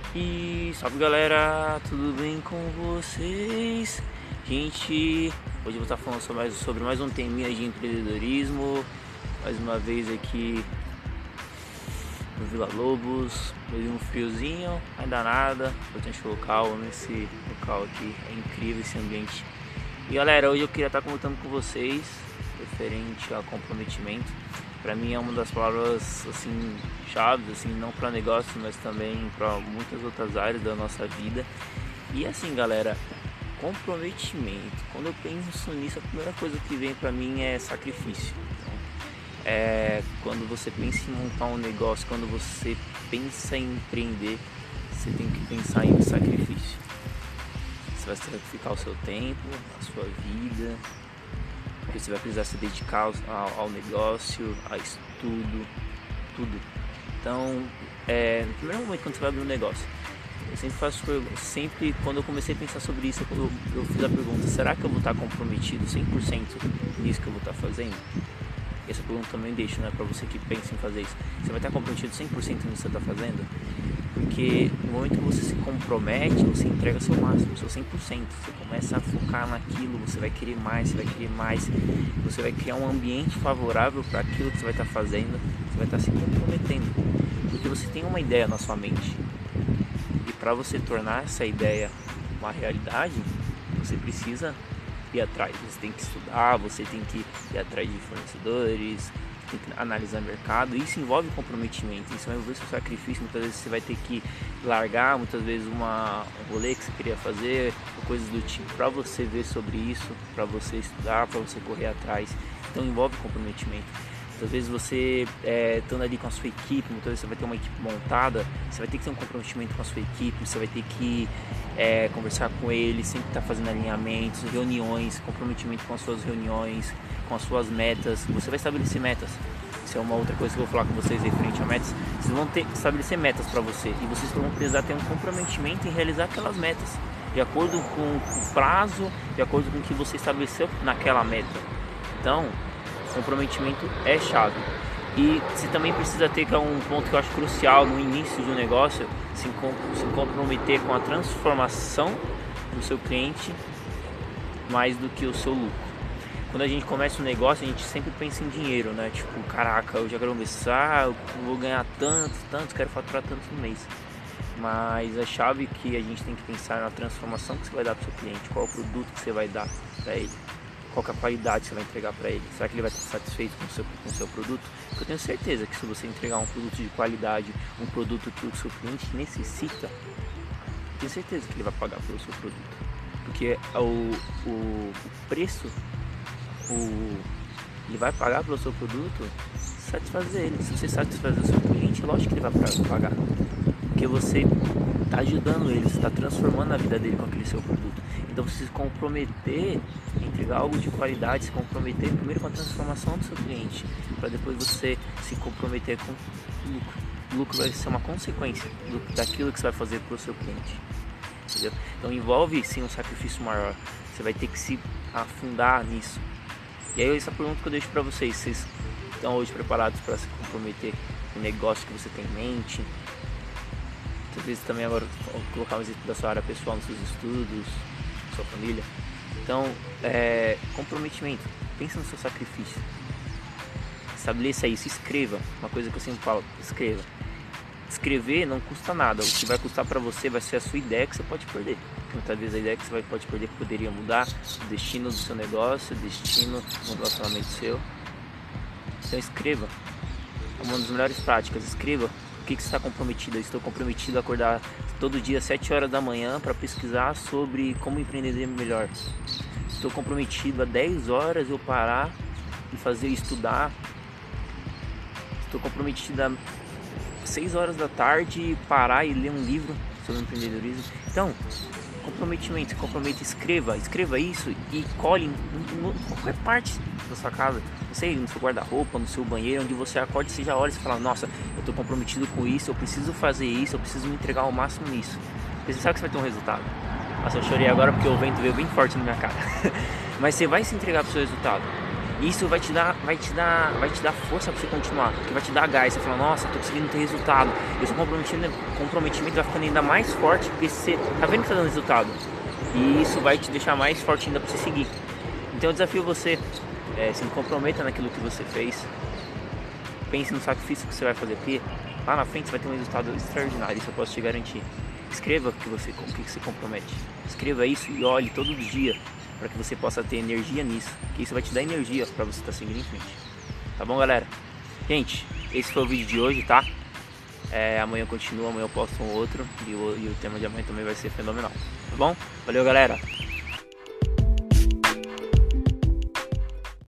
E salve galera, tudo bem com vocês? Gente, hoje eu vou estar falando sobre mais um teminha de empreendedorismo. Mais uma vez aqui no Vila Lobos, meio um friozinho, ainda nada, importante local, nesse local aqui, é incrível esse ambiente. E galera, hoje eu queria estar comentando com vocês referente a comprometimento. Para mim é uma das palavras assim chaves, assim, não para negócio, mas também para muitas outras áreas da nossa vida. E assim, galera, comprometimento. Quando eu penso nisso, a primeira coisa que vem para mim é sacrifício. Quando você pensa em montar um negócio, quando você pensa em empreender, você tem que pensar em sacrifício. Você vai sacrificar o seu tempo, a sua vida, porque você vai precisar se dedicar ao negócio, a estudo, tudo. Então, no primeiro momento quando você vai abrir um negócio, eu sempre quando eu comecei a pensar sobre isso, eu fiz a pergunta: será que eu vou estar comprometido 100% nisso que eu vou estar fazendo? Essa pergunta também deixo, né, para você que pensa em fazer isso. Você vai estar comprometido 100% nisso que você está fazendo? Porque no momento que você se compromete, você entrega seu máximo, seu 100%. Você começa a focar naquilo, você vai querer mais, você vai criar um ambiente favorável para aquilo que você vai estar fazendo, você vai estar se comprometendo. Porque você tem uma ideia na sua mente. E para você tornar essa ideia uma realidade, você precisa ir atrás. Você tem que estudar, você tem que ir atrás de fornecedores, tem que analisar o mercado. Isso envolve comprometimento, isso vai envolver seu sacrifício. Muitas vezes você vai ter que largar, muitas vezes um rolê que você queria fazer, ou coisas do tipo, para você ver sobre isso, para você estudar, para você correr atrás. Então envolve comprometimento. Muitas vezes você estando ali com a sua equipe, muitas vezes você vai ter uma equipe montada, você vai ter que ter um comprometimento com a sua equipe, você vai ter que conversar com eles, sempre estar fazendo alinhamentos, reuniões, comprometimento com as suas reuniões, com as suas metas. Você vai estabelecer metas. Isso é uma outra coisa que eu vou falar com vocês referente a metas. Vocês vão estabelecer metas para você e vocês vão precisar ter um comprometimento em realizar aquelas metas, de acordo com o prazo, de acordo com o que você estabeleceu naquela meta. Então, comprometimento é chave. E você também precisa ter, que é um ponto que eu acho crucial no início de um negócio, se comprometer com a transformação do seu cliente mais do que o seu lucro. Quando a gente começa um negócio, a gente sempre pensa em dinheiro, né? Tipo, caraca, eu já quero começar, eu vou ganhar tanto, quero faturar tanto no mês. Mas a chave que a gente tem que pensar é na transformação que você vai dar para o seu cliente, qual é o produto que você vai dar para ele, qual é a qualidade que você vai entregar para ele. Será que ele vai estar satisfeito com o seu produto? Porque eu tenho certeza que se você entregar um produto de qualidade, um produto que o seu cliente necessita, eu tenho certeza que ele vai pagar pelo seu produto. Porque o preço, ele vai pagar pelo seu produto, satisfazer ele. Se você satisfazer o seu cliente, lógico que ele vai pagar. Porque você está ajudando ele, você está transformando a vida dele com aquele seu produto. Então você se comprometer em entregar algo de qualidade, se comprometer primeiro com a transformação do seu cliente, para depois você se comprometer com o lucro. O lucro vai ser uma consequência daquilo que você vai fazer para o seu cliente. Entendeu? Então envolve sim um sacrifício maior. Você vai ter que se afundar nisso. E aí essa pergunta que eu deixo para vocês: vocês estão hoje preparados para se comprometer com o negócio que você tem em mente? Às vezes também agora vou colocar um exemplo da sua área pessoal, nos seus estudos, na sua família. Então, comprometimento, pensa no seu sacrifício, estabeleça isso, escreva. Uma coisa que eu sempre falo: escreva. Escrever não custa nada, o que vai custar para você vai ser a sua ideia, que você pode perder. Porque muitas vezes a ideia que você pode perder poderia mudar o destino do seu negócio, o destino do relacionamento seu. Então escreva. É uma das melhores práticas. Escreva o que você está comprometido. Eu estou comprometido a acordar todo dia às 7 horas da manhã para pesquisar sobre como empreender melhor. Estou comprometido a 10 horas eu parar e estudar. Estou comprometido a 6 horas da tarde parar e ler um livro sobre empreendedorismo. Então, comprometimento, escreva isso e colhe em qualquer parte da sua casa, não sei, no seu guarda-roupa, no seu banheiro, onde você acorda e você já olha e fala: nossa, eu estou comprometido com isso, eu preciso fazer isso, eu preciso me entregar ao máximo nisso. Porque você sabe que você vai ter um resultado. Nossa, eu chorei agora porque o vento veio bem forte na minha cara. Mas você vai se entregar para o seu resultado. Isso vai te dar força pra você continuar, porque vai te dar gás. Você fala, nossa, tô conseguindo ter resultado. E o seu comprometimento vai ficando ainda mais forte, porque você tá vendo que tá dando resultado. E isso vai te deixar mais forte ainda pra você seguir. Então eu desafio você, se comprometa naquilo que você fez. Pense no sacrifício que você vai fazer, porque lá na frente você vai ter um resultado extraordinário, isso eu posso te garantir. Escreva com o que você compromete. Escreva isso e olhe todo dia, para que você possa ter energia nisso, que isso vai te dar energia para você estar seguindo em frente. Tá bom, galera? Gente, esse foi o vídeo de hoje, tá? Amanhã continua, amanhã eu posto um outro e o tema de amanhã também vai ser fenomenal. Tá bom? Valeu, galera!